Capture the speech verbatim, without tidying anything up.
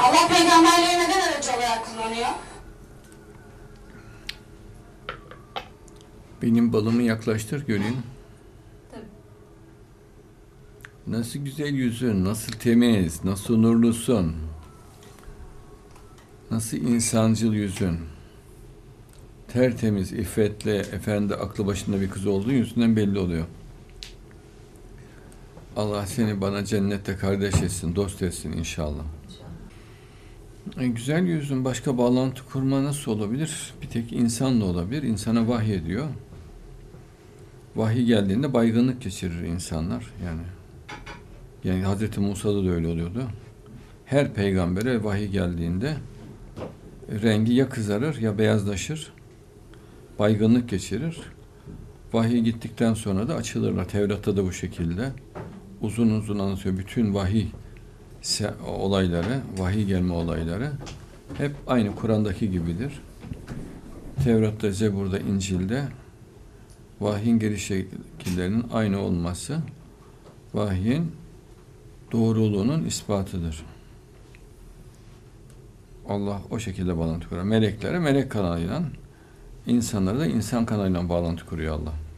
Allah peygamberleri neden aracı olarak kullanıyor? Benim balımı yaklaştır göreyim. Tabii. Nasıl güzel yüzün, nasıl temiz, nasıl nurlusun. Nasıl insancıl yüzün. Tertemiz, iffetli, efendi, aklı başında bir kız olduğu yüzünden belli oluyor. Allah seni bana cennette kardeş etsin, dost etsin inşallah. E, güzel yüzün başka bağlantı kurma nasıl olabilir? Bir tek insanla olabilir. İnsana vahiy ediyor. Vahiy geldiğinde baygınlık geçirir insanlar. Yani yani Hazreti Musa'da da öyle oluyordu. Her peygambere vahiy geldiğinde rengi ya kızarır ya beyazlaşır. Baygınlık geçirir. Vahiy gittikten sonra da açılırlar. Tevrat'ta da bu şekilde. Uzun uzun anlatıyor. Bütün vahiy olayları, vahiy gelme olayları hep aynı Kur'an'daki gibidir. Tevrat'ta, Zebur'da, İncil'de vahyin geliş şekillerinin aynı olması vahyin doğruluğunun ispatıdır. Allah o şekilde bağlantı kuruyor. Meleklere melek kanalıyla, insanlara da insan kanalıyla bağlantı kuruyor Allah.